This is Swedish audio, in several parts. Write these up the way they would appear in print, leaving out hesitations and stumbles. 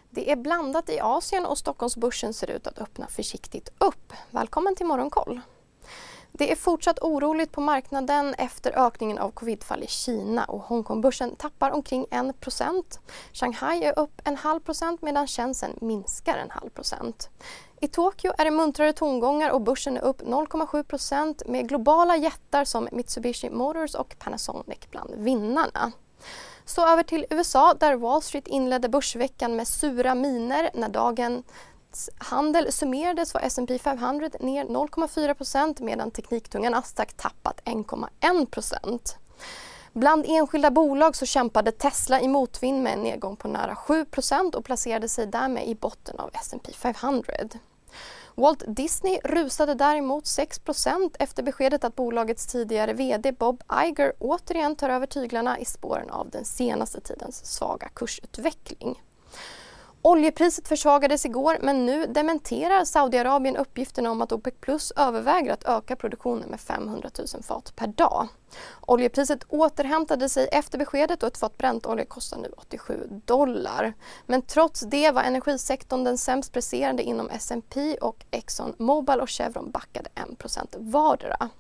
Det är blandat i Asien och Stockholmsbörsen ser ut att öppna försiktigt upp. Välkommen till Morgonkoll. Det är fortsatt oroligt på marknaden efter ökningen av covidfall i Kina och Hongkongbörsen tappar omkring 1%. Shanghai är upp 0,5% medan Shenzhen minskar 0,5%. I Tokyo är det muntrare tongångar och börsen är upp 0,7% med globala jättar som Mitsubishi Motors och Panasonic bland vinnarna. Så över till USA där Wall Street inledde börsveckan med sura miner. När dagens handel summerades var S&P 500 ner 0,4% medan tekniktunga Nasdaq tappat 1,1%. Bland enskilda bolag så kämpade Tesla i motvind med en nedgång på nära 7% och placerade sig därmed i botten av S&P 500. Walt Disney rusade däremot 6% efter beskedet att bolagets tidigare vd Bob Iger återigen tar över tyglarna i spåren av den senaste tidens svaga kursutveckling. Oljepriset försvagades igår men nu dementerar Saudiarabien uppgifterna om att OPEC Plus överväger att öka produktionen med 500 000 fat per dag. Oljepriset återhämtade sig efter beskedet och ett fat Brentolja kostar nu $87. Men trots det var energisektorn den sämst presterande inom S&P och Exxon Mobil och Chevron backade 1% vardera.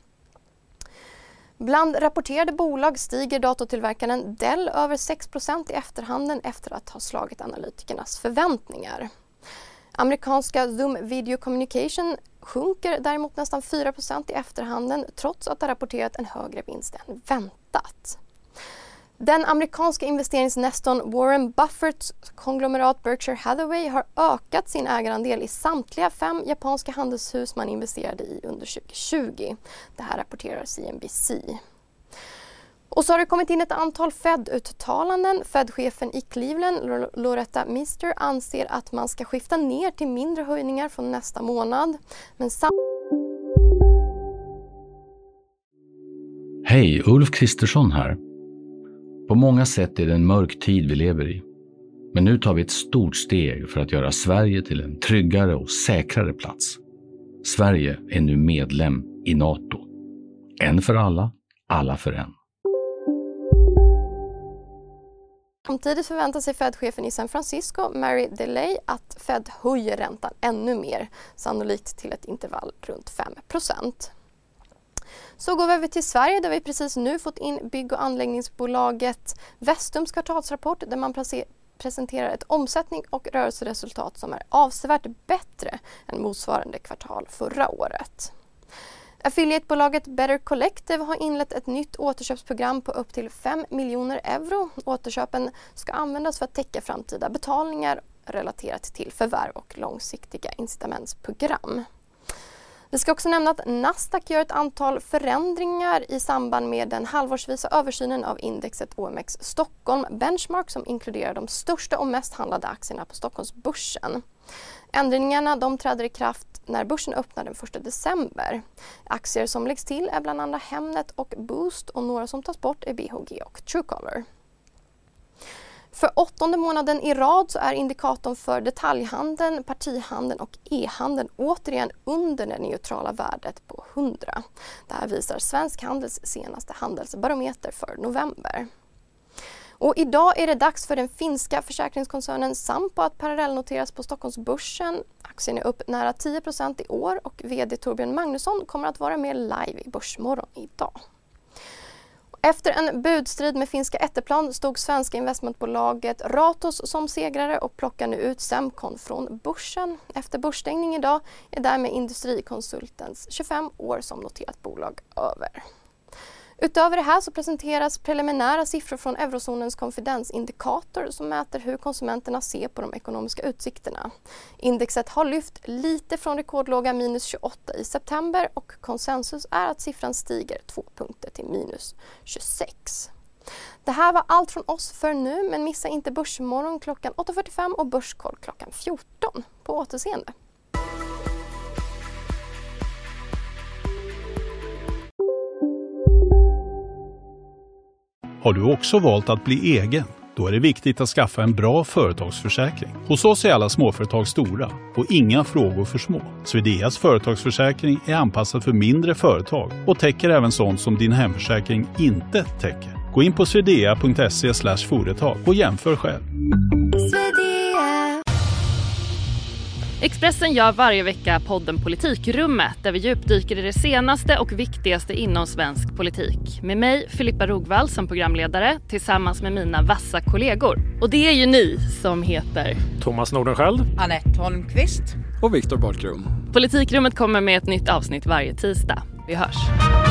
Bland rapporterade bolag stiger datortillverkaren Dell över 6% i efterhanden efter att ha slagit analytikernas förväntningar. Amerikanska Zoom Video Communication sjunker däremot nästan 4% i efterhanden trots att det rapporterat en högre vinst än väntat. Den amerikanska investeringsnestorn Warren Buffetts konglomerat Berkshire Hathaway har ökat sin ägarandel i samtliga 5 japanska handelshus man investerade i under 2020. Det här rapporterar CNBC. Och så har det kommit in ett antal Fed-uttalanden. Fed-chefen i Cleveland, Loretta Mester, anser att man ska skifta ner till mindre höjningar från nästa månad. Men Hej, Ulf Kristersson här. På många sätt är det en mörk tid vi lever i. Men nu tar vi ett stort steg för att göra Sverige till en tryggare och säkrare plats. Sverige är nu medlem i NATO. En för alla, alla för en. Samtidigt förväntar sig Fed-chefen i San Francisco, Mary DeLay, att Fed höjer räntan ännu mer, sannolikt till ett intervall runt 5%. Så går vi över till Sverige där vi precis nu fått in bygg- och anläggningsbolaget Vestums kvartalsrapport där man presenterar ett omsättning och rörelseresultat som är avsevärt bättre än motsvarande kvartal förra året. Affiliatebolaget Better Collective har inlett ett nytt återköpsprogram på upp till 5 miljoner euro. Återköpen ska användas för att täcka framtida betalningar relaterat till förvärv och långsiktiga incitamentsprogram. Vi ska också nämna att Nasdaq gör ett antal förändringar i samband med den halvårsvisa översynen av indexet OMX Stockholm Benchmark som inkluderar de största och mest handlade aktierna på Stockholmsbörsen. Ändringarna de träder i kraft när börsen öppnar den 1 december. Aktier som läggs till är bland andra Hemnet och Boost och några som tas bort är BHG och Truecaller. För 8:e månaden i rad så är indikatorn för detaljhandeln, partihandeln och e-handeln återigen under det neutrala värdet på 100. Det här visar Svensk Handels senaste handelsbarometer för november. Och idag är det dags för den finska försäkringskoncernen Sampo att parallellnoteras på Stockholmsbörsen. Aktien är upp nära 10% i år och vd Torbjörn Magnusson kommer att vara med live i Börsmorgon idag. Efter en budstrid med finska Etteplan stod svenska investmentbolaget Ratos som segrare och plockar nu ut Semcon från börsen. Efter börsstängning idag är därmed Industrikonsultens 25 år som noterat bolag över. Utöver det här så presenteras preliminära siffror från eurozonens konfidensindikator som mäter hur konsumenterna ser på de ekonomiska utsikterna. Indexet har lyft lite från rekordlåga minus 28 i september och konsensus är att siffran stiger 2 punkter till minus 26. Det här var allt från oss för nu, men missa inte Börsmorgon klockan 8.45 och Börskoll klockan 14. På återseende. Har du också valt att bli egen? Då är det viktigt att skaffa en bra företagsförsäkring. Hos oss är alla småföretag stora och inga frågor för små. Swedeas företagsförsäkring är anpassad för mindre företag och täcker även sånt som din hemförsäkring inte täcker. Gå in på swedea.se/företag och jämför själv. Expressen gör varje vecka podden Politikrummet där vi djupdyker i det senaste och viktigaste inom svensk politik. Med mig, Filippa Rogvall, som programledare tillsammans med mina vassa kollegor. Och det är ju ni som heter Thomas Nordenskjöld, Anette Holmqvist och Viktor Bartkron. Politikrummet kommer med ett nytt avsnitt varje tisdag. Vi hörs.